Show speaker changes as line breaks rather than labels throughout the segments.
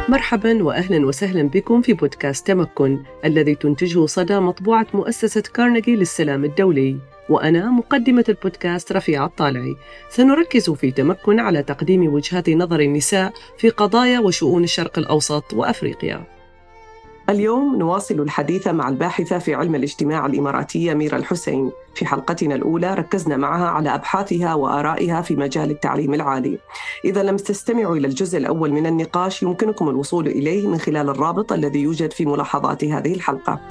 مرحباً وأهلاً وسهلاً بكم في بودكاست تمكن الذي تنتجه صدى مطبوعة مؤسسة كارنيغي للسلام الدولي، وأنا مقدمة البودكاست رفيعة الطالعي. سنركز في تمكن على تقديم وجهات نظر النساء في قضايا وشؤون الشرق الأوسط وأفريقيا. اليوم نواصل الحديث مع الباحثة في علم الاجتماع الإماراتية ميرا الحسين. في حلقتنا الأولى ركزنا معها على أبحاثها وآرائها في مجال التعليم العالي. إذا لم تستمعوا إلى الجزء الأول من النقاش يمكنكم الوصول إليه من خلال الرابط الذي يوجد في ملاحظات هذه الحلقة.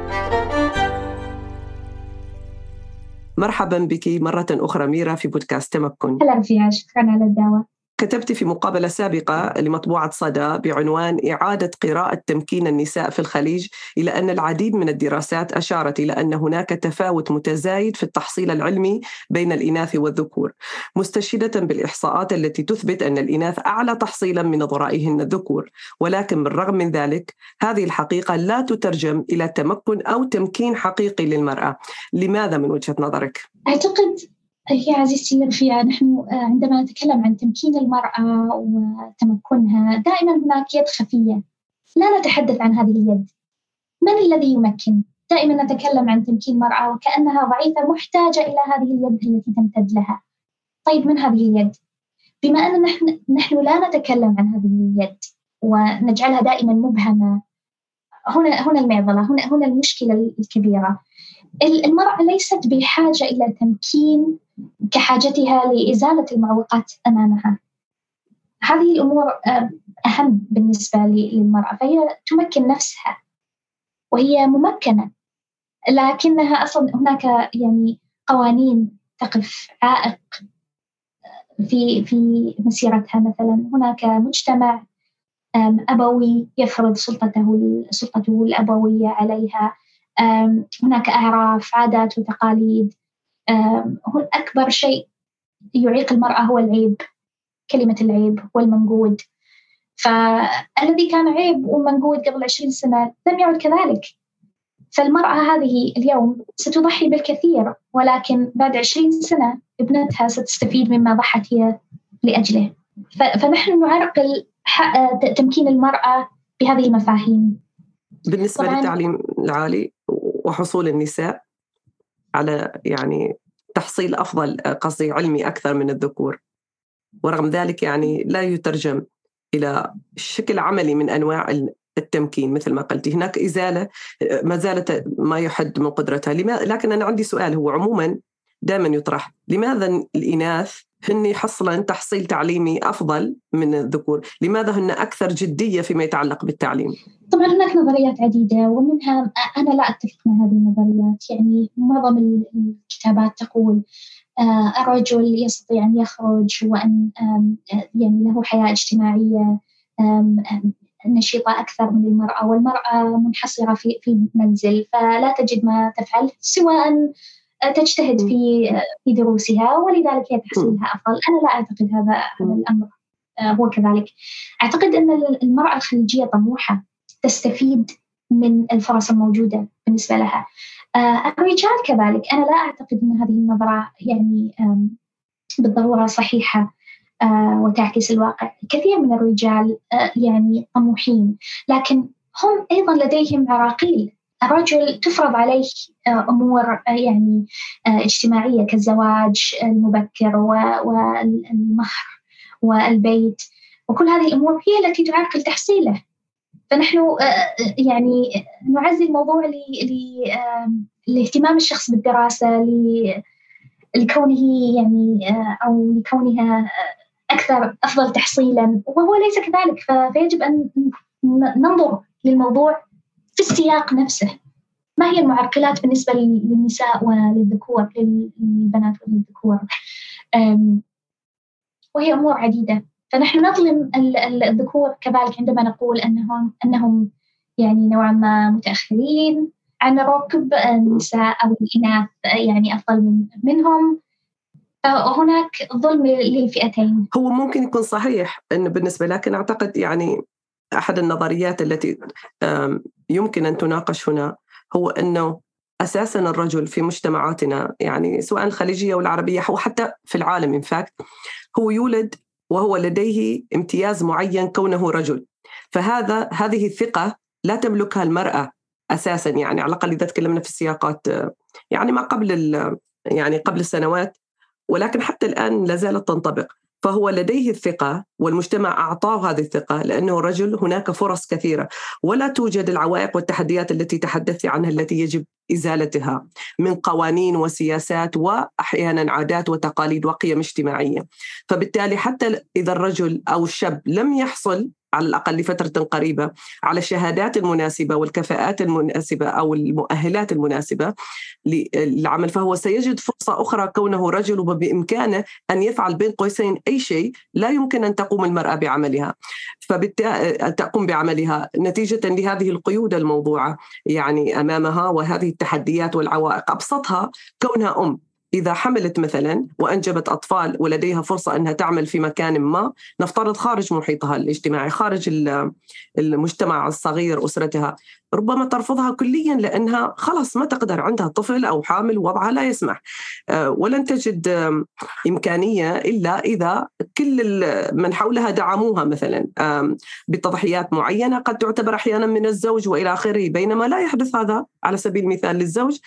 مرحبا بك مرة أخرى ميرا في بودكاست تمكن.
هلا رفيعة، شكرا على الدعوة.
كتبت في مقابلة سابقة لمطبوعة صدى بعنوان إعادة قراءة تمكين النساء في الخليج إلى أن العديد من الدراسات أشارت إلى أن هناك تفاوت متزايد في التحصيل العلمي بين الإناث والذكور، مستشهدة بالإحصاءات التي تثبت أن الإناث أعلى تحصيلاً من نظرائهن الذكور. ولكن بالرغم من ذلك هذه الحقيقة لا تترجم إلى تمكن أو تمكين حقيقي للمرأة. لماذا من وجهة نظرك؟
أعتقد يا عزيزتي رفيعة، نحن عندما نتكلم عن تمكين المرأة وتمكنها دائما هناك يد خفية، لا نتحدث عن هذه اليد. من الذي يمكن؟ دائما نتكلم عن تمكين المرأة وكأنها ضعيفة محتاجة إلى هذه اليد التي تمتد لها. طيب من هذه اليد؟ بما أن نحن لا نتكلم عن هذه اليد ونجعلها دائما مبهمة، هنا المعضلة، هنا المشكلة الكبيرة. المرأة ليست بحاجة إلى تمكين كحاجتها لإزالة المعوقات أمامها. هذه الأمور أهم بالنسبة للمرأة، فهي تمكن نفسها وهي ممكنة، لكنها أصلا هناك يعني قوانين تقف عائق في مسيرتها. مثلا هناك مجتمع أبوي يفرض سلطته الأبوية عليها. هناك أعراف، عادات وتقاليد. أكبر شيء يعيق المرأة هو العيب، كلمة العيب والمنقود. فالذي كان عيب ومنقود قبل 20 سنة لم يعد كذلك. فالمرأة هذه اليوم ستضحي بالكثير، ولكن بعد 20 سنة ابنتها ستستفيد مما ضحت هي لأجله. فنحن نعرقل تمكين المرأة بهذه المفاهيم.
بالنسبة للتعليم العالي وحصول النساء على يعني تحصيل أفضل، قصدي علمي أكثر من الذكور، ورغم ذلك يعني لا يترجم إلى شكل عملي من أنواع التمكين. مثل ما قلت هناك إزالة ما زالت ما يحد من قدرتها. لكن أنا عندي سؤال هو عموما دائما يطرح: لماذا الإناث هن يحصلن تحصيل تعليمي أفضل من الذكور؟ لماذا هن أكثر جدية فيما يتعلق بالتعليم؟
طبعا هناك نظريات عديدة، ومنها أنا لا أتفق مع هذه النظريات. يعني معظم الكتابات تقول الرجل يستطيع أن يخرج وأن يعني له حياة اجتماعية نشيطة أكثر من المرأة، والمرأة منحصرة في المنزل فلا تجد ما تفعل سوى أن تجتهد في دروسها، ولذلك هي تحصيلها أفضل. أنا لا أعتقد هذا الأمر هو كذلك. أعتقد أن المرأة الخليجية طموحة، تستفيد من الفرص الموجودة بالنسبة لها. الرجال كذلك. أنا لا أعتقد أن هذه النظرة يعني بالضرورة صحيحة وتعكس الواقع. كثير من الرجال يعني طموحين، لكن هم أيضا لديهم عراقيل. الرجل تفرض عليه أمور يعني اجتماعية كالزواج المبكر والمهر والبيت، وكل هذه الأمور هي التي تعرقل تحصيله. فنحن يعني نعزي الموضوع لاهتمام الشخص بالدراسة، لكونه يعني أو لكونها أفضل تحصيلا، وهو ليس كذلك. فيجب أن ننظر للموضوع في السياق نفسه. ما هي المعرقلات بالنسبة للنساء وللذكور، للبنات وللذكور؟ وهي أمور عديدة. فنحن نظلم الذكور كذلك عندما نقول أنهم يعني نوعا ما متأخرين عن ركب النساء أو الإناث يعني أفضل منهم. هناك ظلم للفئتين.
هو ممكن يكون صحيح إنه بالنسبة، لكن أعتقد يعني أحد النظريات التي يمكن أن تناقش هنا هو أنه أساساً الرجل في مجتمعاتنا يعني سواء الخليجية والعربية أو حتى في العالم هو يولد وهو لديه امتياز معين كونه رجل. هذه الثقة لا تملكها المرأة أساساً، يعني على الأقل إذا تكلمنا في السياقات يعني ما قبل يعني قبل السنوات، ولكن حتى الآن لا زالت تنطبق. فهو لديه الثقة والمجتمع أعطاه هذه الثقة لأنه رجل. هناك فرص كثيرة ولا توجد العوائق والتحديات التي تحدثت عنها التي يجب إزالتها من قوانين وسياسات وأحيانا عادات وتقاليد وقيم اجتماعية. فبالتالي حتى إذا الرجل أو الشاب لم يحصل على الأقل لفترة قريبة على الشهادات المناسبة والكفاءات المناسبة أو المؤهلات المناسبة للعمل، فهو سيجد فرصة أخرى كونه رجل، وبإمكانه أن يفعل بين قوسين أي شيء لا يمكن أن تقوم المرأة بعملها. فبالتالي تقوم بعملها نتيجة لهذه القيود الموضوعة يعني أمامها وهذه التحديات والعوائق. أبسطها كونها إذا حملت مثلا وأنجبت أطفال ولديها فرصة أنها تعمل في مكان ما، نفترض خارج محيطها الاجتماعي، خارج المجتمع الصغير أسرتها، ربما ترفضها كليا لأنها خلاص ما تقدر، عندها طفل أو حامل وضعها لا يسمح. ولن تجد إمكانية إلا إذا كل من حولها دعموها مثلا بتضحيات معينة قد تعتبر أحيانا من الزوج وإلى آخره، بينما لا يحدث هذا على سبيل المثال للزوج.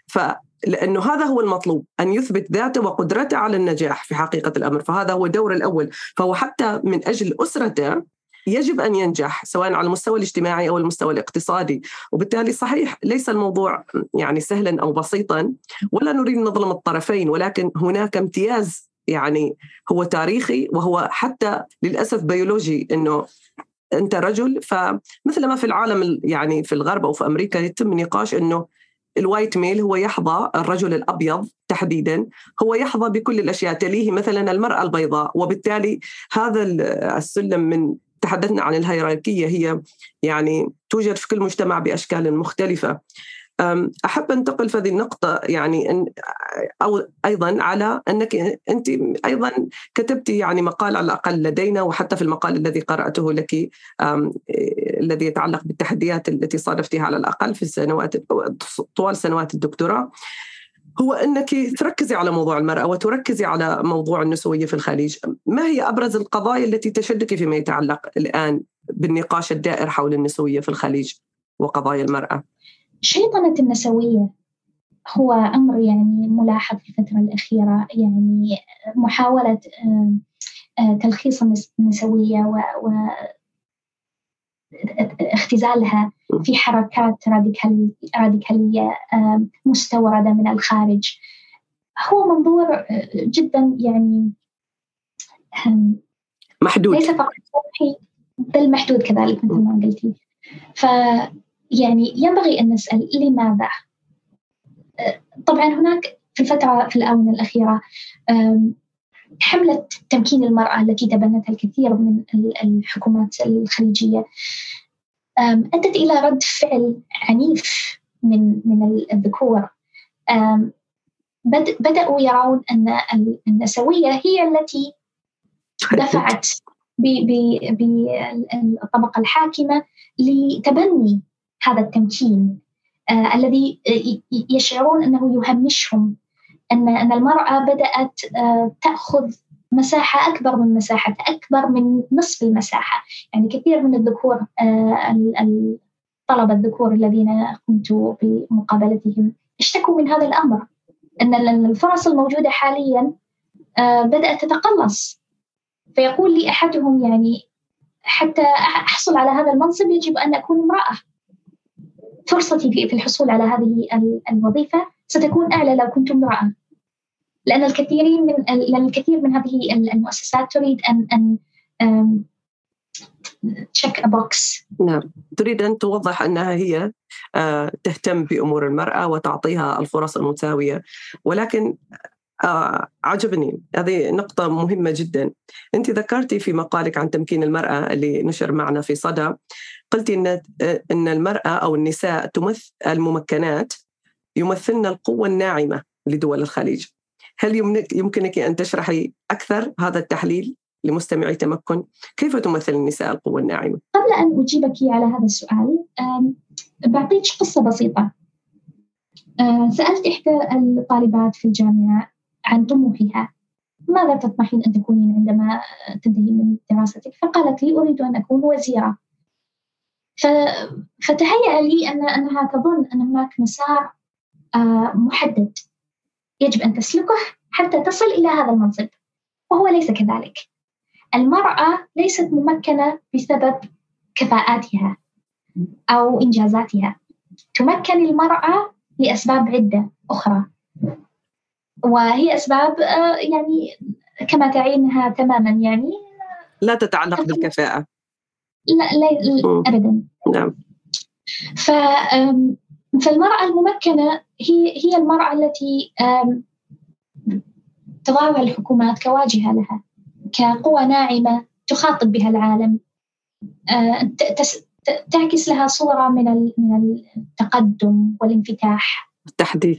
لأنه هذا هو المطلوب، أن يثبت ذاته وقدرته على النجاح في حقيقة الأمر، فهذا هو الدور الأول. فهو حتى من أجل أسرته يجب أن ينجح سواء على المستوى الاجتماعي أو المستوى الاقتصادي. وبالتالي صحيح ليس الموضوع يعني سهلا أو بسيطا، ولا نريد نظلم الطرفين، ولكن هناك امتياز يعني هو تاريخي وهو حتى للأسف بيولوجي، أنه أنت رجل. فمثل ما في العالم يعني في الغرب أو في أمريكا يتم نقاش أنه الوايت ميل هو يحظى، الرجل الأبيض تحديدا هو يحظى بكل الأشياء، تليه مثلا المرأة البيضاء. وبالتالي هذا السلم، من تحدثنا عن الهيراركية، هي يعني توجد في كل مجتمع بأشكال مختلفة. أحب أنتقل في هذه النقطة يعني أو أيضا على أنك أنت أيضا كتبتي يعني مقال على الأقل لدينا، وحتى في المقال الذي قرأته لك الذي يتعلق بالتحديات التي صادفتها على الأقل في السنوات طوال سنوات الدكتوراه، هو أنك تركزي على موضوع المرأة وتركزي على موضوع النسوية في الخليج. ما هي أبرز القضايا التي تشدك فيما يتعلق الآن بالنقاش الدائر حول النسوية في الخليج وقضايا المرأة؟
شيطنة النسوية هو أمر يعني ملاحظ في الفترة الأخيرة، يعني محاولة تلخيص النسوية واختزالها في حركات راديكالية مستوردة من الخارج. هو منظور جدا يعني
محدود،
ليس فقط سطحي بل محدود كذلك مثل ما قلتي. فيعني ينبغي أن نسأل لماذا. طبعا هناك في الآونة الأخيرة حملة تمكين المرأة التي تبنتها الكثير من الحكومات الخليجية أدت إلى رد فعل عنيف من الذكور. بدأوا يرون أن النسوية هي التي دفعت بالطبقة الحاكمة لتبني هذا التمكين الذي يشعرون أنه يهمشهم، أن المرأة بدأت تأخذ مساحة أكبر من مساحة، أكبر من نصف المساحة. يعني كثير من الذكور الطلبة الذكور الذين قمت بمقابلتهم اشتكوا من هذا الأمر، أن الفرص الموجودة حاليا بدأت تتقلص. فيقول لي أحدهم يعني حتى أحصل على هذا المنصب يجب أن أكون امرأة، فرصتي في الحصول على هذه الوظيفة ستكون أعلى لو كنت امرأة، لأن الكثير من هذه المؤسسات تريد أن check a box.
نعم، تريد أن توضح أنها هي تهتم بأمور المرأة وتعطيها الفرص المساوية. ولكن عجبني هذه نقطة مهمة جدا. أنت ذكرتي في مقالك عن تمكين المرأة اللي نشر معنا في صدى، قلتي أن المرأة أو النساء الممكنات يمثلن القوة الناعمة لدول الخليج. هل يمكنك أن تشرحي أكثر هذا التحليل لمستمعي تمكن؟ كيف تمثل النساء القوة الناعمة؟
قبل أن أجيبك على هذا السؤال بعطيك قصة بسيطة. سألت إحدى الطالبات في الجامعة عن طموحها، ماذا تطمحين أن تكونين عندما تنتهي من دراستك؟ فقالت لي أريد أن أكون وزيرة. فتهيأ لي أنها تظن أن هناك مسار محدد يجب أن تسلكه حتى تصل إلى هذا المنصب، وهو ليس كذلك. المرأة ليست ممكنة بسبب كفاءاتها أو إنجازاتها، تمكن المرأة لأسباب عدة أخرى، وهي أسباب يعني كما تعينها تماما، يعني
لا تتعلق بالكفاءة.
لا أبدا.
نعم.
فالمرأة الممكنة هي المرأة التي تضعها الحكومات كواجهة لها، كقوة ناعمة تخاطب بها العالم، تعكس لها صورة من التقدم والانفتاح،
التحديث.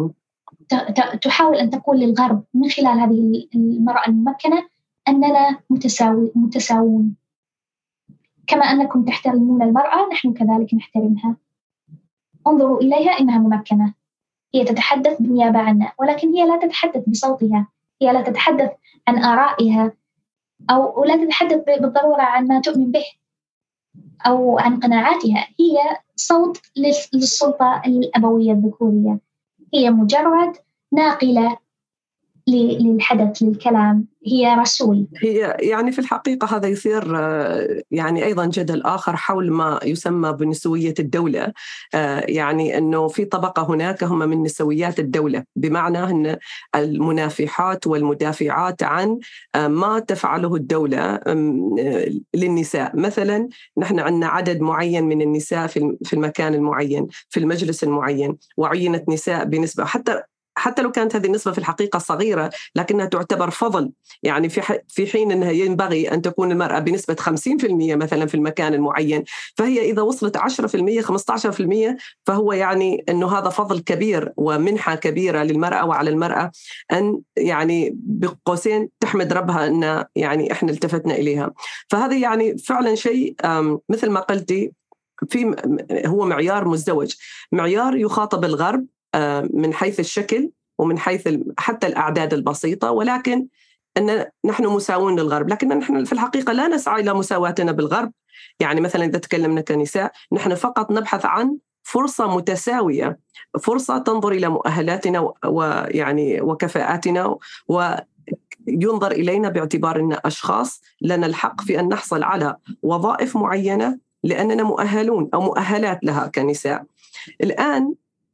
تحاول أن تقول للغرب من خلال هذه المرأة الممكنة أننا متساوون، كما أنكم تحترمون المرأة نحن كذلك نحترمها، انظروا إليها إنها ممكنة، هي تتحدث بالنيابة عنا، ولكن هي لا تتحدث بصوتها، هي لا تتحدث عن آرائها أو لا تتحدث بالضرورة عن ما تؤمن به أو عن قناعاتها، هي صوت للسلطة الأبوية الذكورية، هي مجرد ناقلة للحدث، للكلام، هي رسول.
هي يعني في الحقيقة هذا يثير يعني أيضا جدل آخر حول ما يسمى بنسوية الدولة، يعني أنه في طبقة هناك هم من نسويات الدولة، بمعنى أن المنافحات والمدافعات عن ما تفعله الدولة للنساء. مثلا نحن عندنا عدد معين من النساء في المكان المعين، في المجلس المعين، وعينت نساء بنسبة حتى لو كانت هذه النسبة في الحقيقة صغيرة لكنها تعتبر فضل، يعني في حين أنها ينبغي أن تكون المرأة بنسبة 50% مثلا في المكان المعين، فهي إذا وصلت 10% 15% فهو يعني أنه هذا فضل كبير ومنحة كبيرة للمرأة، وعلى المرأة أن يعني بقوسين تحمد ربها أن يعني إحنا التفتنا إليها. فهذا يعني فعلا شيء مثل ما قلتي هو معيار مزدوج، معيار يخاطب الغرب من حيث الشكل ومن حيث حتى الأعداد البسيطة، ولكن أن نحن مساوون للغرب، لكن نحن في الحقيقة لا نسعى إلى مساواتنا بالغرب. يعني مثلا إذا تكلمنا كنساء نحن فقط نبحث عن فرصة متساوية، فرصة تنظر إلى مؤهلاتنا ويعني وكفاءاتنا، وينظر إلينا باعتبار أن أشخاص لنا الحق في أن نحصل على وظائف معينة لأننا مؤهلون أو مؤهلات لها كنساء. الآن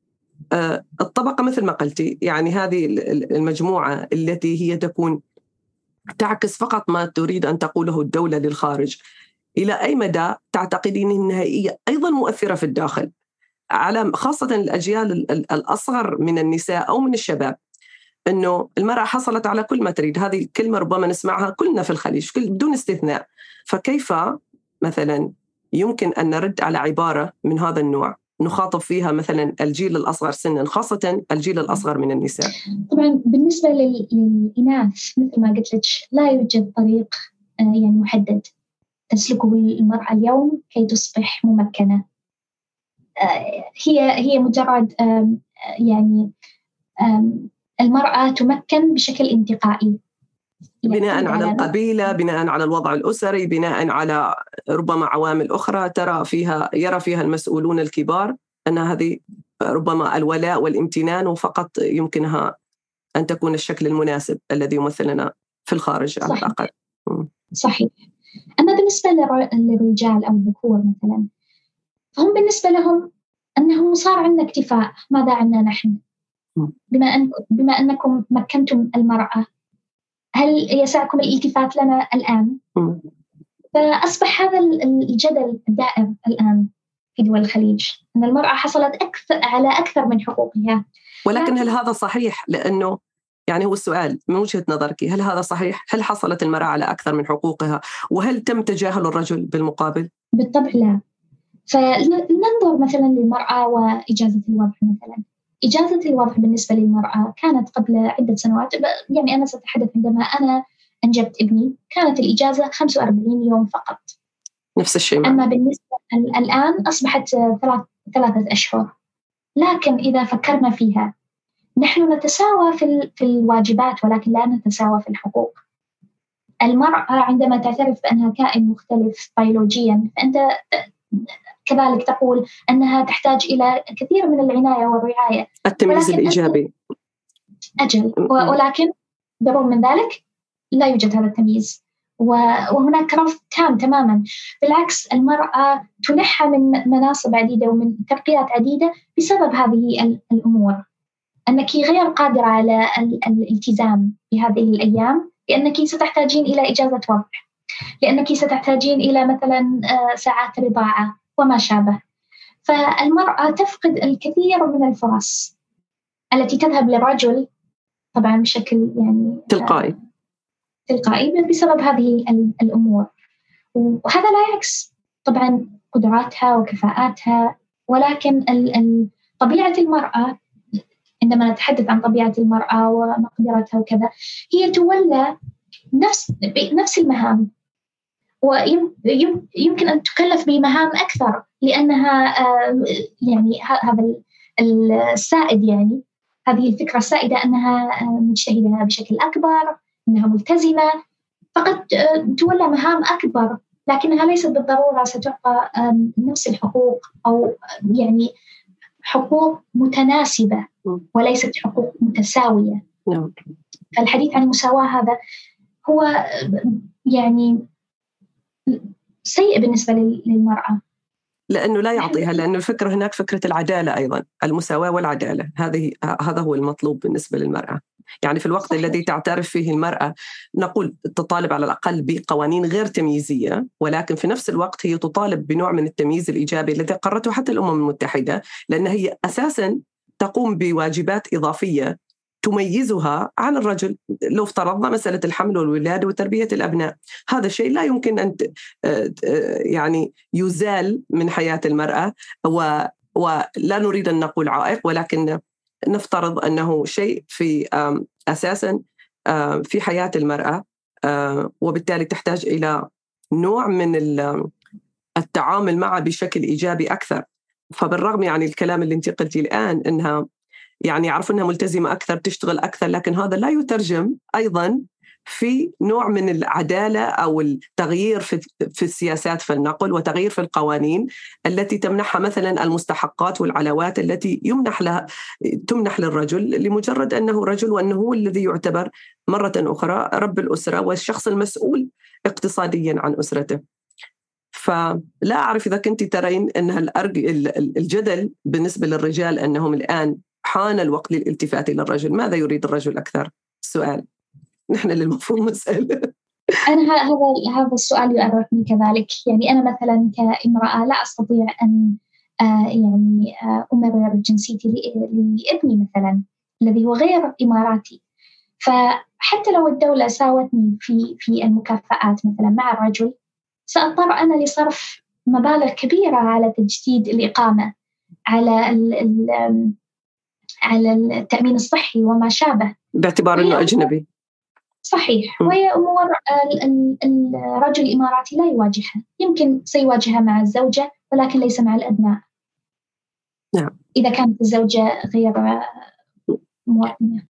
الطبقة مثل ما قلتي، يعني هذه المجموعة التي هي تكون تعكس فقط ما تريد أن تقوله الدولة للخارج، إلى أي مدى تعتقدين أنها هي أيضا مؤثرة في الداخل على خاصة الأجيال الأصغر من النساء أو من الشباب؟ أنه المرأة حصلت على كل ما تريد، هذه الكلمة ربما نسمعها كلنا في الخليج بدون استثناء، فكيف مثلا يمكن أن نرد على عبارة من هذا النوع نخاطب فيها مثلا الجيل الأصغر سنا، خاصة الجيل الأصغر من النساء؟
طبعا بالنسبة للإناث مثل ما قلت لك لا يوجد طريق يعني محدد تسلكه المرأة اليوم كي تصبح ممكنة، هي مجرد يعني المرأة تمكن بشكل انتقائي،
بناء على القبيلة، بناء على الوضع الأسري، بناء على ربما عوامل أخرى يرى فيها المسؤولون الكبار أن هذه ربما الولاء والامتنان، وفقط يمكنها أن تكون الشكل المناسب الذي يمثلنا في الخارج على الأقل.
صحيح. أما بالنسبة للرجال أو الذكور مثلا، فهم بالنسبة لهم أنه صار عندنا اكتفاء، ماذا عنا نحن؟ بما أنكم مكنتم المرأة، هل يسعكم الالتفات لنا الآن؟ فأصبح هذا الجدل الدائر الآن في دول الخليج، أن المرأة حصلت على أكثر من حقوقها.
ولكن هل هذا صحيح؟ لأنه يعني هو السؤال من وجهة نظرك، هل هذا صحيح؟ هل حصلت المرأة على أكثر من حقوقها؟ وهل تم تجاهل الرجل بالمقابل؟
بالطبع لا. فلننظر مثلا للمرأة وإجازة الوضع مثلا. إجازة الوضع بالنسبة للمرأة كانت قبل عدة سنوات، يعني أنا سأتحدث عندما أنا أنجبت ابني كانت الإجازة 45 يوم فقط،
نفس الشيء.
أما بالنسبة الآن أصبحت 3 أشهر. لكن إذا فكرنا فيها نحن نتساوى في الواجبات ولكن لا نتساوى في الحقوق. المرأة عندما تعترف بأنها كائن مختلف بيولوجيا، فأنت كذلك تقول أنها تحتاج إلى كثير من العناية والرعاية.
التمييز الإيجابي.
أجل، ولكن بالرغم من ذلك لا يوجد هذا التمييز، وهناك رفض تام تماما. بالعكس، المرأة تنحى من مناصب عديدة ومن ترقيات عديدة بسبب هذه الأمور. أنك غير قادرة على الالتزام بهذه الأيام، لأنك ستحتاجين إلى إجازة وضع، لأنك ستحتاجين إلى مثلا ساعات رضاعة وما شابه. فالمرأة تفقد الكثير من الفرص التي تذهب للرجل طبعا بشكل يعني تلقائي بسبب هذه الأمور. وهذا لا يعكس طبعا قدراتها وكفاءاتها، ولكن طبيعة المرأة، عندما نتحدث عن طبيعة المرأة ومقدرتها وكذا، هي تولى نفس المهام، ويمكن أن تكلف بمهام أكثر، لأنها يعني هذا السائد، يعني هذه الفكرة السائدة أنها مجتهدة بشكل أكبر، أنها ملتزمة، فقد تولى مهام أكبر، لكنها ليست بالضرورة ستعطى نفس الحقوق، أو يعني حقوق متناسبة وليست حقوق متساوية. فالحديث عن المساواة هذا هو يعني سيء بالنسبة للمرأة،
لأنه لا يعطيها، لأنه الفكرة هناك فكرة العدالة أيضا، المساواة والعدالة، هذا هو المطلوب بالنسبة للمرأة. يعني في الوقت الذي تعترف فيه المرأة، نقول تطالب على الأقل بقوانين غير تمييزية، ولكن في نفس الوقت هي تطالب بنوع من التمييز الإيجابي الذي قررته حتى الأمم المتحدة، لأن هي أساساً تقوم بواجبات إضافية تميزها عن الرجل. لو افترضنا مسألة الحمل والولادة وتربية الأبناء، هذا الشيء لا يمكن أن يعني يزال من حياة المرأة، ولا نريد أن نقول عائق، ولكن نفترض أنه شيء في أساساً في حياة المرأة، وبالتالي تحتاج إلى نوع من التعامل معه بشكل إيجابي أكثر. فبالرغم يعني الكلام اللي انت قلتي الآن أنها يعني يعرف أنها ملتزمة أكثر، تشتغل أكثر، لكن هذا لا يترجم أيضاً في نوع من العدالة أو التغيير في السياسات، في النقل، وتغيير في القوانين التي تمنحها مثلاً المستحقات والعلاوات التي تمنح للرجل لمجرد أنه رجل، وأنه هو الذي يعتبر مرة أخرى رب الأسرة والشخص المسؤول اقتصادياً عن أسرته. فلا أعرف إذا كنت ترين أن الجدل بالنسبة للرجال أنهم الآن حان الوقت للالتفات إلى الرجل. ماذا يريد الرجل أكثر؟ السؤال نحن للمفروض نسأل.
أنا هذا السؤال يؤرقني كذلك. يعني أنا مثلا كامرأة لا أستطيع أن يعني أمرر جنسيتي لابني مثلا الذي هو غير إماراتي. فحتى لو الدولة ساوتني في المكافآت مثلا مع الرجل، سأضطر أنا لصرف مبالغ كبيرة على تجديد الإقامة، على التأمين الصحي وما شابه،
باعتبار أنه أجنبي.
صحيح. وهي أمور الرجل الإماراتي لا يواجهها، يمكن سيواجهها مع الزوجة ولكن ليس مع الأبناء.
نعم.
إذا كانت الزوجة غير مواطنة.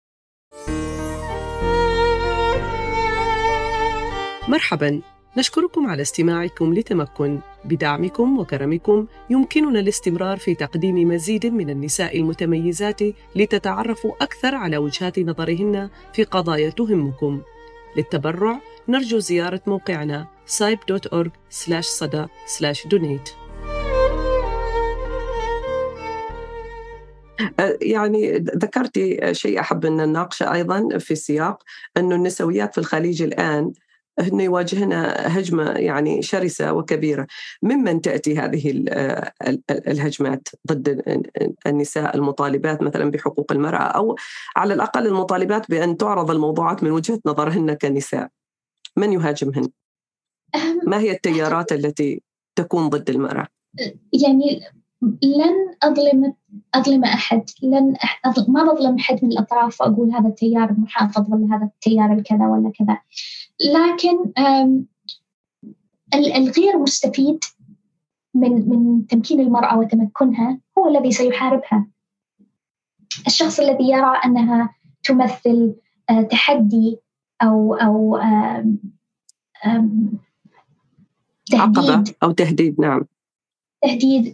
مرحباً، نشكركم على استماعكم لتمكن. بدعمكم وكرمكم يمكننا الاستمرار في تقديم مزيد من النساء المتميزات لتتعرفوا أكثر على وجهات نظرهن في قضايا تهمكم. للتبرع نرجو زيارة موقعنا saip.org/sada/donate. يعني ذكرتي شيء أحب أن نناقشه أيضاً في السياق، أنه النسويات في الخليج الآن هن يواجهن هجمة يعني شرسة وكبيرة. ممن تأتي هذه الهجمات ضد النساء المطالبات مثلا بحقوق المرأة، أو على الأقل المطالبات بأن تعرض الموضوعات من وجهة نظرهن كنساء؟ من يهاجمهن؟ ما هي التيارات التي تكون ضد المرأة؟
يعني لن أظلم أحد، ما بظلم أحد من الأطراف وأقول هذا التيار المحافظ ولا هذا التيار الكذا ولا كذا، لكن الغير مستفيد من تمكين المرأة وتمكنها هو الذي سيحاربها. الشخص الذي يرى أنها تمثل تحدي أو
عقبة أو تهديد. نعم.
تهديد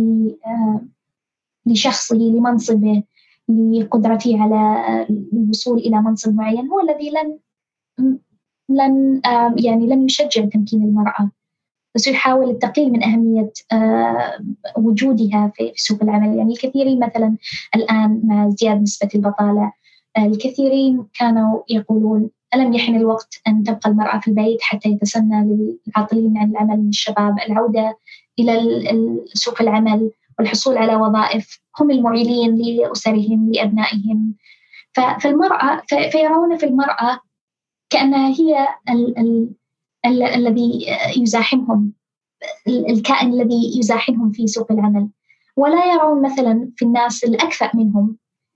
لشخصه، لمنصبه، لقدرته على الوصول إلى منصب معين، هو الذي لن يشجع تمكين المرأة، بس يحاول التقليل من أهمية وجودها في سوق العمل. يعني الكثيرين مثلا الآن مع ازدياد نسبة البطالة، الكثيرين كانوا يقولون ألم يحن الوقت أن تبقى المرأة في البيت حتى يتسنى للعاطلين عن العمل من الشباب العودة إلى سوق العمل والحصول على وظائف، هم المعيلين لأسرهم لأبنائهم. فيرون في المرأة كأنها هي الذي يزاحمهم، الكائن الذي يزاحمهم في سوق العمل، ولا يرون مثلا في الناس الأكفأ منهم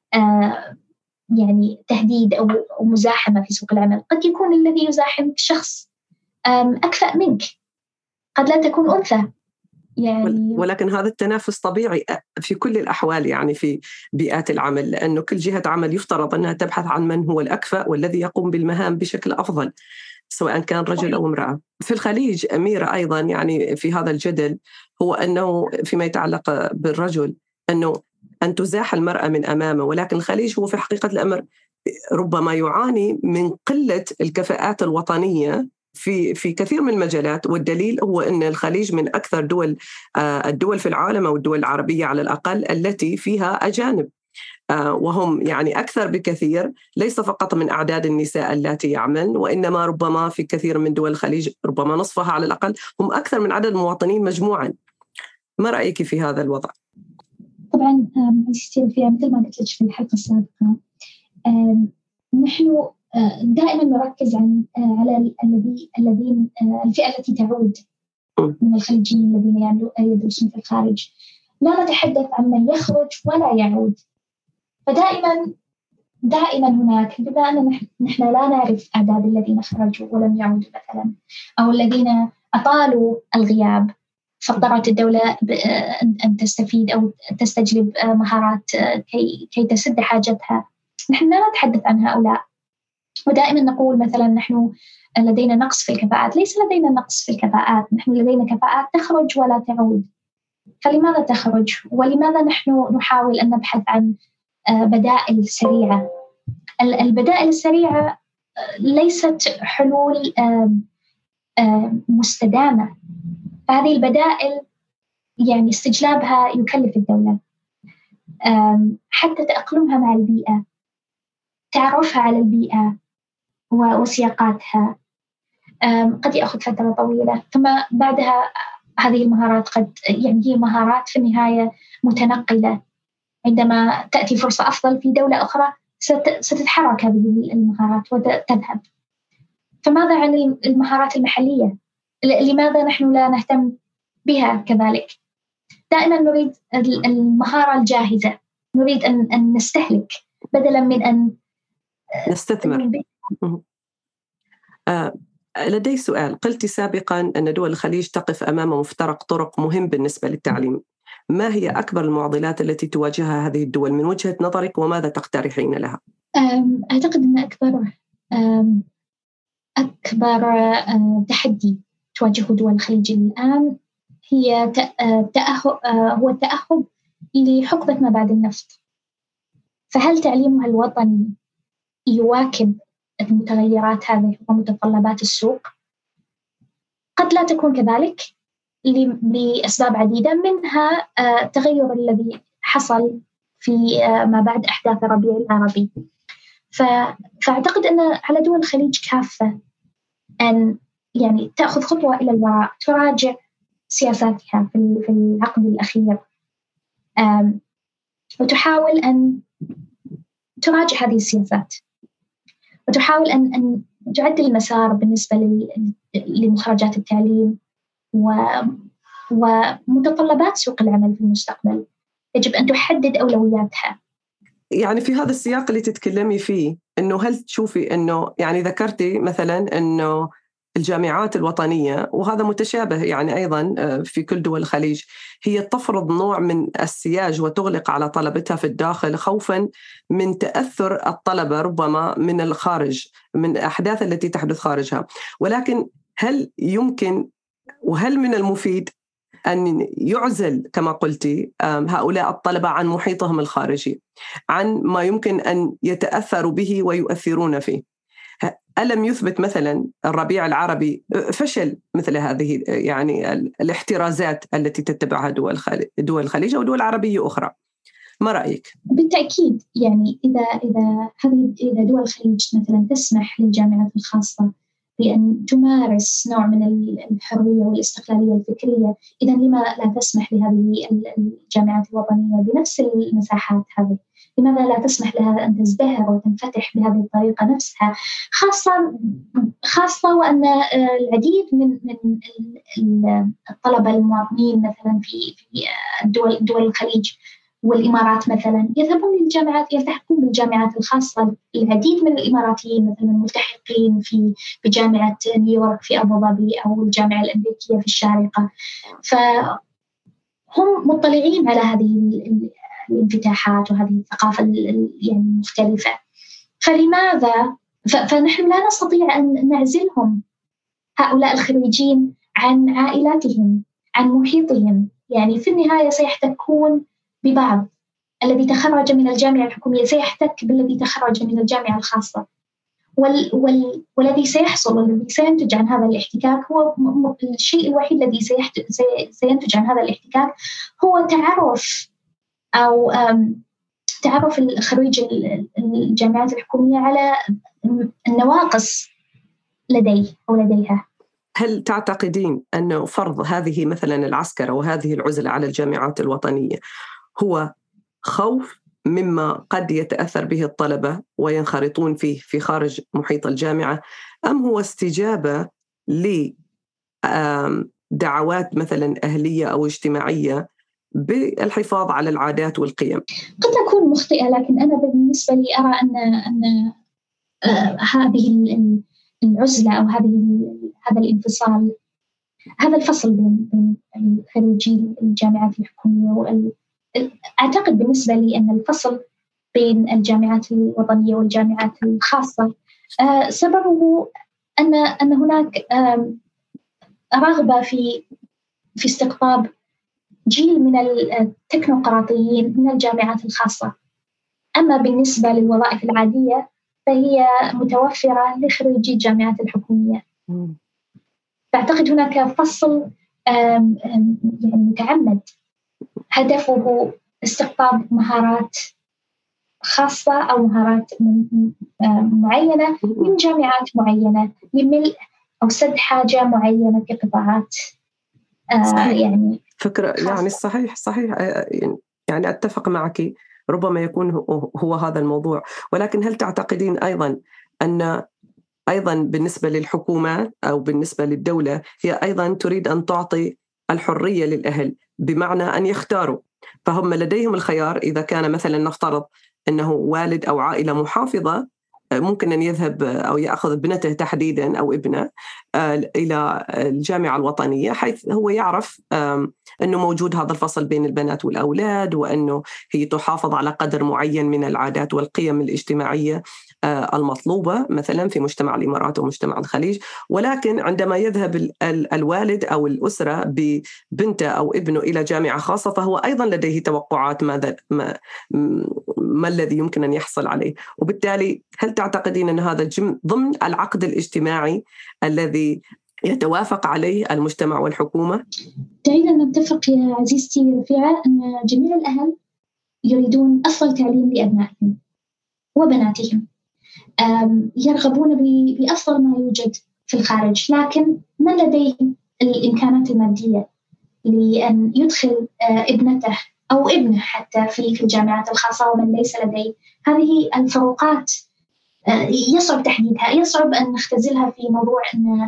يعني تهديد أو مزاحمة في سوق العمل. قد يكون الذي يزاحمك شخص أكفأ منك، قد لا تكون أنثى يعني.
ولكن هذا التنافس طبيعي في كل الأحوال، يعني في بيئات العمل، لأنه كل جهة عمل يفترض أنها تبحث عن من هو الأكفأ والذي يقوم بالمهام بشكل أفضل، سواء كان رجل أو امرأة. في الخليج أميرة أيضا يعني في هذا الجدل هو أنه فيما يتعلق بالرجل أنه أن تزاح المرأة من أمامه، ولكن الخليج هو في حقيقة الأمر ربما يعاني من قلة الكفاءات الوطنية في كثير من المجالات. والدليل هو أن الخليج من أكثر الدول في العالم أو الدول العربية على الأقل التي فيها أجانب، وهم يعني أكثر بكثير، ليس فقط من أعداد النساء التي يعملن، وإنما ربما في كثير من دول الخليج ربما نصفها على الأقل هم أكثر من عدد المواطنين مجموعا. ما رأيك في هذا الوضع؟
طبعا فيها مثل ما قلت لك في الحلقة السابقة، نحن دائما نركز على الذين الفئة التي تعود من الخليجيين الذين يدرسون في الخارج، لا نتحدث عن من يخرج ولا يعود. فدائما هناك، بما أن نحن لا نعرف أعداد الذين خرجوا ولم يعودوا مثلا، أو الذين أطالوا الغياب، فاضطرت الدولة أن تستفيد أو تستجلب مهارات كي تسد حاجتها، نحن لا نتحدث عن هؤلاء. ودائما نقول مثلا نحن لدينا نقص في الكفاءات. ليس لدينا نقص في الكفاءات، نحن لدينا كفاءات تخرج ولا تعود. فلماذا تخرج؟ ولماذا نحن نحاول أن نبحث عن بدائل سريعة؟ البدائل السريعة ليست حلول مستدامة. هذه البدائل يعني استجلابها يكلف الدولة، حتى تأقلمها مع البيئة، تعرفها على البيئة وسياقاتها قد يأخذ فترة طويلة. ثم بعدها هذه المهارات هي مهارات في النهاية متنقلة. عندما تأتي فرصة أفضل في دولة أخرى ستتحرك هذه المهارات وتذهب. فماذا عن المهارات المحلية؟ لماذا نحن لا نهتم بها كذلك؟ دائما نريد المهارة الجاهزة، نريد أن نستهلك بدلا من أن
نستثمر. لدي سؤال. قلت سابقا أن دول الخليج تقف أمام مفترق طرق مهم بالنسبة للتعليم. ما هي أكبر المعضلات التي تواجهها هذه الدول من وجهة نظرك، وماذا تقترحين لها؟
أعتقد أن أكبر تحدي تواجه دول الخليج الآن هي هو التأهب لحقبة ما بعد النفط. فهل تعليمها الوطني يواكب المتغيرات هذه ومتطلبات السوق؟ قد لا تكون كذلك لأسباب عديدة، منها التغير الذي حصل في ما بعد أحداث الربيع العربي. فأعتقد أن على دول الخليج كافة أن يعني تأخذ خطوة إلى الوراء، تراجع سياساتها في العقد الأخير، وتحاول أن تراجع هذه السياسات، وتحاول أن تعدل المسار بالنسبة لمخرجات التعليم ومتطلبات سوق العمل في المستقبل. يجب أن تحدد أولوياتها.
يعني في هذا السياق اللي تتكلمي فيه، إنه هل تشوفي إنه يعني ذكرتي مثلا إنه الجامعات الوطنية، وهذا متشابه يعني أيضا في كل دول الخليج، هي تفرض نوع من السياج وتغلق على طلبتها في الداخل خوفا من تأثر الطلبة ربما من الخارج، من الأحداث التي تحدث خارجها. ولكن هل يمكن وهل من المفيد أن يعزل كما قلتي هؤلاء الطلبة عن محيطهم الخارجي، عن ما يمكن أن يتأثروا به ويؤثرون فيه. ألم يثبت مثلا الربيع العربي فشل مثل هذه يعني الاحترازات التي تتبعها دول الخليج أو دول عربية أخرى؟ ما رأيك؟
بالتأكيد، يعني إذا دول الخليج مثلا تسمح للجامعات الخاصة بأن تمارس نوع من الحرية والاستقلالية الفكرية، إذا لما لا تسمح لهذه الجامعات الوطنية بنفس المساحات هذه؟ لماذا لا تسمح لها أن تزدهر وتنفتح بهذه الطريقة نفسها، خاصة وأن العديد من الطلبة المواطنين مثلا في دول الخليج والإمارات مثلا يذهبون للجامعات، يلتحقون بالجامعات الخاصة. العديد من الإماراتيين مثلا ملتحقين بجامعة نيويورك في أبو ظبي أو الجامعة الأمريكية في الشارقة، فهم مطلعين على هذه الانفتاحات وهذه الثقافة يعني المختلفة. فلماذا فنحن لا نستطيع أن نعزلهم هؤلاء الخريجين عن عائلاتهم، عن محيطهم؟ يعني في النهاية سيحتكون ببعض. الذي تخرج من الجامعة الحكومية سيحتك بالذي تخرج من الجامعة الخاصة، والذي سيحصل والذي سينتج عن هذا الاحتكاك هو الشيء الوحيد الذي سينتج عن هذا الاحتكاك هو تعرف الخريج الجامعات الحكومية على النواقص لديه أو لديها.
هل تعتقدين أنه فرض هذه مثلا العسكرة وهذه العزلة على الجامعات الوطنية هو خوف مما قد يتأثر به الطلبة وينخرطون فيه في خارج محيط الجامعة، أم هو استجابة لدعوات مثلا أهلية أو اجتماعية بالحفاظ على العادات والقيم؟
قد تكون مخطئة، لكن أنا بالنسبة لي أرى أن هذه العزلة أو هذا الانفصال، هذا الفصل بين خريجي الجامعات الحكومية أعتقد بالنسبة لي أن الفصل بين الجامعات الوطنية والجامعات الخاصة سببه أن هناك رغبة في استقطاب جيل من التكنوقراطيين من الجامعات الخاصة. أما بالنسبة للوظائف العادية فهي متوفرة لخريجي الجامعات الحكومية. فأعتقد هناك فصل يعني متعمد هدفه استقطاب مهارات خاصة أو مهارات معينة من جامعات معينة لملء أو سد حاجة معينة في قطاعات يعني
فكرة خاصة. يعني صحيح يعني أتفق معك، ربما يكون هو هذا الموضوع. ولكن هل تعتقدين أيضا أن بالنسبة للحكومات أو بالنسبة للدولة هي أيضا تريد أن تعطي الحرية للأهل، بمعنى أن يختاروا، فهم لديهم الخيار؟ إذا كان مثلا نفترض أنه والد أو عائلة محافظة ممكن أن يذهب أو يأخذ ابنته تحديدا أو ابنه إلى الجامعة الوطنية، حيث هو يعرف أنه موجود هذا الفصل بين البنات والأولاد، وأنه هي تحافظ على قدر معين من العادات والقيم الاجتماعية المطلوبة مثلا في مجتمع الإمارات ومجتمع الخليج. ولكن عندما يذهب الوالد أو الأسرة ببنته أو ابنه إلى جامعة خاصة فهو أيضا لديه توقعات ما الذي يمكن أن يحصل عليه. وبالتالي هل تعتقدين أن هذا ضمن العقد الاجتماعي الذي يتوافق عليه المجتمع والحكومة؟
دعينا نتفق يا عزيزتي رفيعة أن جميع الأهل يريدون أفضل تعليم لأبنائهم وبناتهم، يرغبون بأفضل ما يوجد في الخارج، لكن ما لديه الإمكانات المادية لأن يدخل ابنته أو ابنه حتى في الجامعات الخاصة، ومن ليس لديه هذه الفروقات يصعب تحديدها، يصعب أن نختزلها في موضوع أن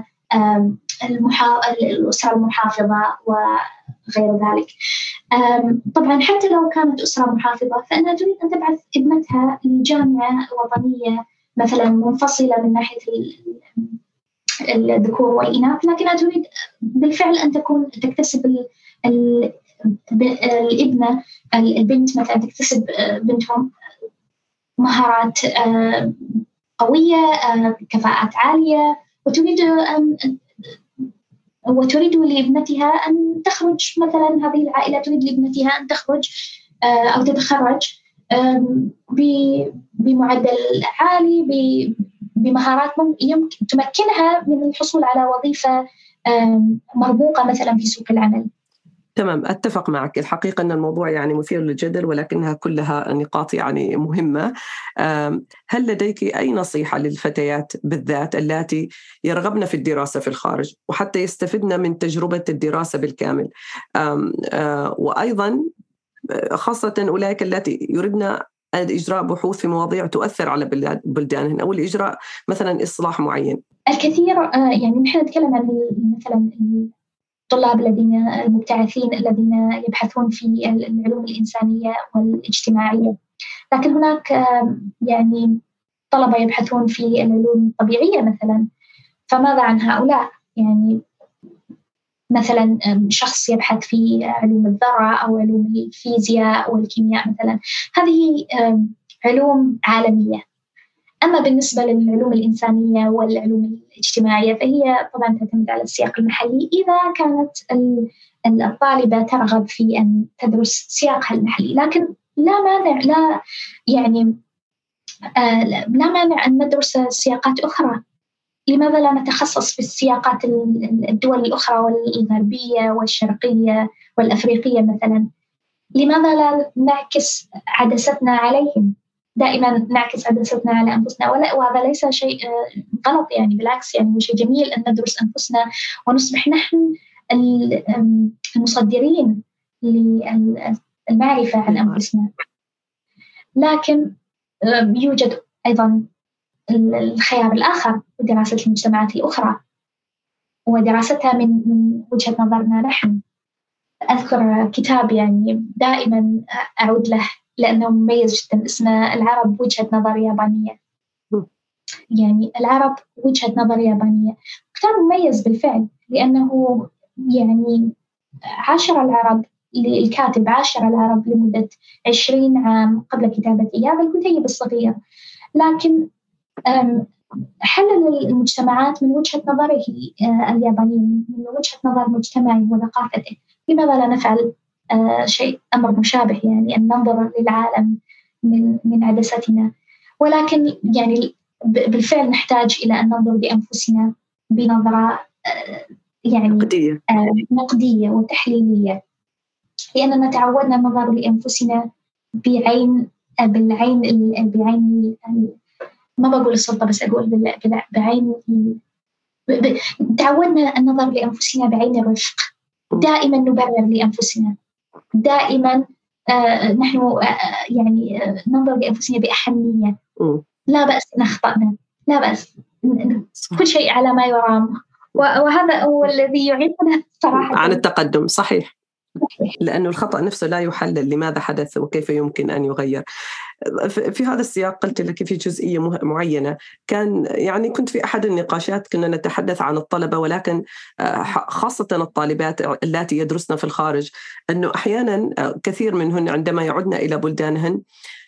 الأسرة المحافظة وغير ذلك. طبعا حتى لو كانت أسرة محافظة فإنها تريد أن تبعث ابنتها لجامعة وطنية مثلا منفصلة من ناحية الذكور والإناث، لكنها تريد بالفعل أن تكتسب البنت مثلا تكتسب بنتهم مهارات قوية، كفاءات عالية، وتريد أن وتريد لابنتها أن تخرج، مثلا هذه العائلة تريد لابنتها أن تخرج أو تتخرج بمعدل عالي، بمهارات يمكن تمكنها من الحصول على وظيفة مرموقة مثلا في سوق العمل.
تمام، أتفق معك. الحقيقة أن الموضوع يعني مثير للجدل، ولكنها كلها نقاط يعني مهمة. هل لديك أي نصيحة للفتيات بالذات اللاتي يرغبن في الدراسة في الخارج وحتى يستفدن من تجربة الدراسة بالكامل، وأيضا خاصة أولئك التي يردن إجراء بحوث في مواضيع تؤثر على بلدانهن أو الإجراء مثلا إصلاح معين؟
الكثير يعني نحن نتكلم عن مثلا الطلاب الذين المبتعثين الذين يبحثون في العلوم الإنسانية والاجتماعية، لكن هناك يعني طلبة يبحثون في العلوم الطبيعية مثلا. فماذا عن هؤلاء؟ يعني مثلا شخص يبحث في علوم الذرة أو علوم الفيزياء أو الكيمياء مثلا، هذه علوم عالمية. أما بالنسبة للعلوم الإنسانية والعلوم الاجتماعية فهي طبعا تعتمد على السياق المحلي. إذا كانت الطالبة ترغب في أن تدرس سياقها المحلي، لكن لا مانع، لا مانع أن ندرس سياقات أخرى. لماذا لا نتخصص في السياقات الدول الأخرى والغربية والشرقية والأفريقية مثلا؟ لماذا لا نعكس عدستنا عليهم؟ دائما نعكس عدستنا على أنفسنا، وهذا ليس شيء غلط، يعني بالعكس، يعني شيء جميل أن ندرس أنفسنا ونصبح نحن المصدرين للمعرفة عن أنفسنا. لكن يوجد أيضا الخيار الآخر، دراسة المجتمعات الأخرى ودراستها من وجهة نظرنا نحن. أذكر كتاب يعني دائما أعود له لأنه مميز جدا، اسمه العرب وجهة نظر يابانية. يعني العرب وجهة نظر يابانية، كتاب مميز بالفعل، لأنه يعني الكاتب عاشر العرب لمدة 20 عام قبل كتابته هذا الكتيب الصغير، لكن حلل المجتمعات من وجهة نظره اليابانية، من وجهة نظر مجتمعه وثقافته. لماذا لا نفعل أمر مشابه، يعني أن ننظر للعالم من عدستنا؟ ولكن يعني بالفعل نحتاج إلى أن ننظر لأنفسنا بنظرة يعني نقدية وتحليلية، لأننا تعودنا النظر لأنفسنا بعين ما بقول السلطة، بس أقول بعين تعودنا النظر لأنفسنا بعين الرفق. دائما نبرر لأنفسنا، دائما نحن يعني ننظر لأنفسنا بأحنية. لا بأس إن أخطأنا، لا بأس، كل شيء على ما يرام، وهذا هو الذي يعيقنا صراحة
عن التقدم. صحيح، لأنه الخطأ نفسه لا يحلل لماذا حدث وكيف يمكن أن يغير. في هذا السياق قلت لك في جزئية معينة، كان يعني كنت في أحد النقاشات كنا نتحدث عن الطلبة، ولكن خاصة الطالبات اللاتي يدرسن في الخارج، أنه أحيانا كثير منهن عندما يعودن إلى بلدانهن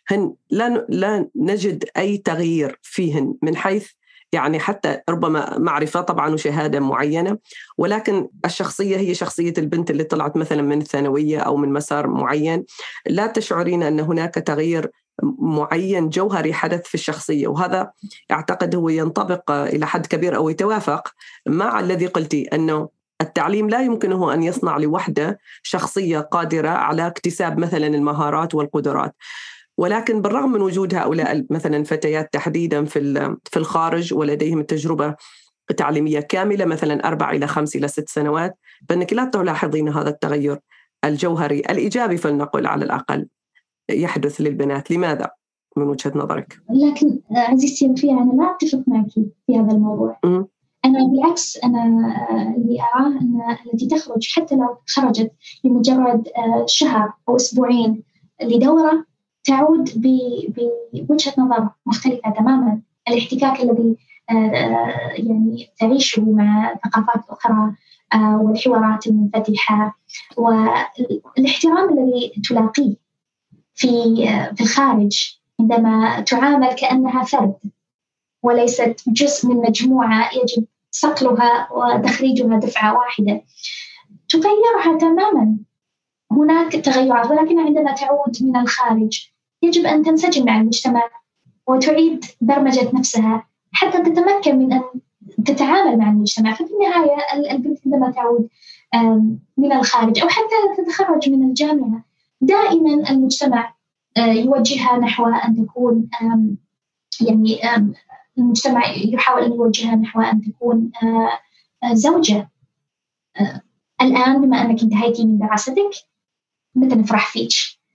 لا نجد أي تغيير فيهن من حيث يعني حتى ربما معرفة طبعا وشهادة معينة، ولكن الشخصية هي شخصية البنت اللي طلعت مثلا من الثانوية أو من مسار معين. لا تشعرين أن هناك تغيير معين جوهري حدث في الشخصية، وهذا أعتقد هو ينطبق إلى حد كبير أو يتوافق مع الذي قلتي، أنه التعليم لا يمكنه أن يصنع لوحده شخصية قادرة على اكتساب مثلا المهارات والقدرات. ولكن بالرغم من وجود هؤلاء مثلا فتيات تحديدا في الخارج ولديهم التجربة تعليمية كاملة مثلا 4 إلى 5 إلى 6 سنوات، فإنك لا تلاحظين هذا التغير الجوهري الإيجابي فلنقل على الأقل يحدث للبنات. لماذا من وجهة نظرك؟
لكن عزيزتي رفيع، أنا لا أتفق معك في هذا الموضوع. أنا بالعكس، أنا اللي أراه أن التي تخرج حتى لو خرجت لمجرد شهر أو أسبوعين لدورة، تعود بوجهة نظر مختلفة تماما. الاحتكاك الذي يعني تعيشه مع ثقافات أخرى والحوارات المنفتحة والاحترام الذي تلاقيه في الخارج عندما تعامل كأنها فرد وليست جزء من مجموعة يجب صقلها وتخريجها دفعة واحدة تغيرها تماما. هناك تغيرات، ولكن عندما تعود من الخارج يجب أن تنسجم مع المجتمع وتعيد برمجة نفسها حتى تتمكن من أن تتعامل مع المجتمع. ففي النهاية البنت عندما تعود من الخارج أو حتى تتخرج من الجامعة دائما المجتمع يوجهها نحو أن تكون يعني المجتمع يحاول أن يوجهها نحو أن تكون زوجة. الآن بما أنك انتهيتي من دراستك متى نفرح فيك؟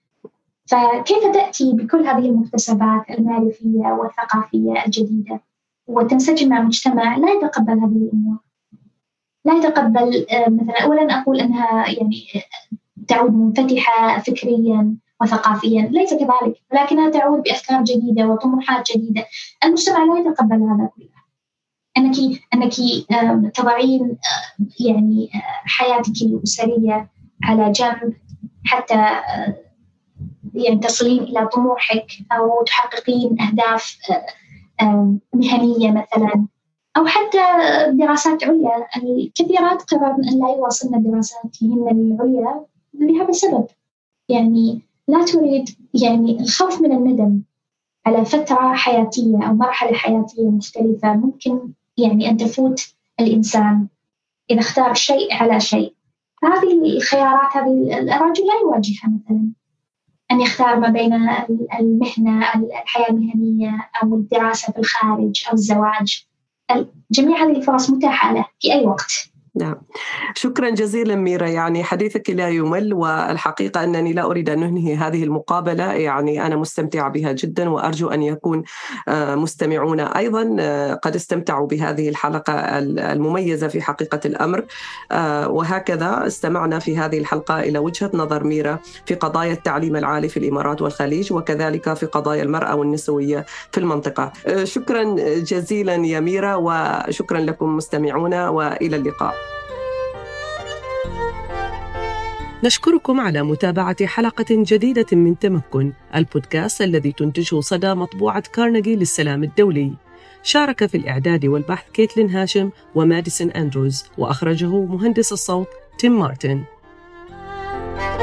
فكيف تأتي بكل هذه المكتسبات المعرفية والثقافية الجديدة وتنسجم مع مجتمع لا يتقبل هذه الأمور، لا يتقبل مثلا، ولن أقول أنها يعني تعود منفتحة فكريا وثقافيا، ليس كذلك، ولكنها تعود بأفكار جديدة وطموحات جديدة. المجتمع لا يتقبل هذا كله. أنك تضعين يعني حياتك الأسرية على جنب حتى يعني تصلين إلى طموحك أو تحققين أهداف مهنية مثلا، أو حتى دراسات عليا. الكثيرات قررن أن لا يواصلن دراساتهن العليا لهذا السبب، يعني لا تريد يعني الخوف من الندم على فترة حياتية أو مرحلة حياتية مختلفة ممكن يعني أن تفوت الإنسان إذا اختار شيء على شيء. هذه الخيارات هذه الرجل لا يواجهها، مثلا أن يختار ما بين المهنة الحياة المهنية أو الدراسة في الخارج أو الزواج. جميع هذه الفرص متاحة له في أي وقت.
نعم، شكرا جزيلا ميرا، يعني حديثك لا يمل، والحقيقة أنني لا أريد أن ننهي هذه المقابلة، يعني أنا مستمتعة بها جدا، وأرجو أن يكون مستمعون أيضا قد استمتعوا بهذه الحلقة المميزة في حقيقة الأمر. وهكذا استمعنا في هذه الحلقة إلى وجهة نظر ميرا في قضايا التعليم العالي في الإمارات والخليج، وكذلك في قضايا المرأة والنسوية في المنطقة. شكرا جزيلا يا ميرا، وشكرا لكم مستمعونا، وإلى اللقاء. نشكركم على متابعة حلقة جديدة من تمكن، البودكاست الذي تنتجه صدى مطبوعة كارنيجي للسلام الدولي. شارك في الإعداد والبحث كيتلين هاشم وماديسون أندروز، وأخرجه مهندس الصوت تيم مارتن.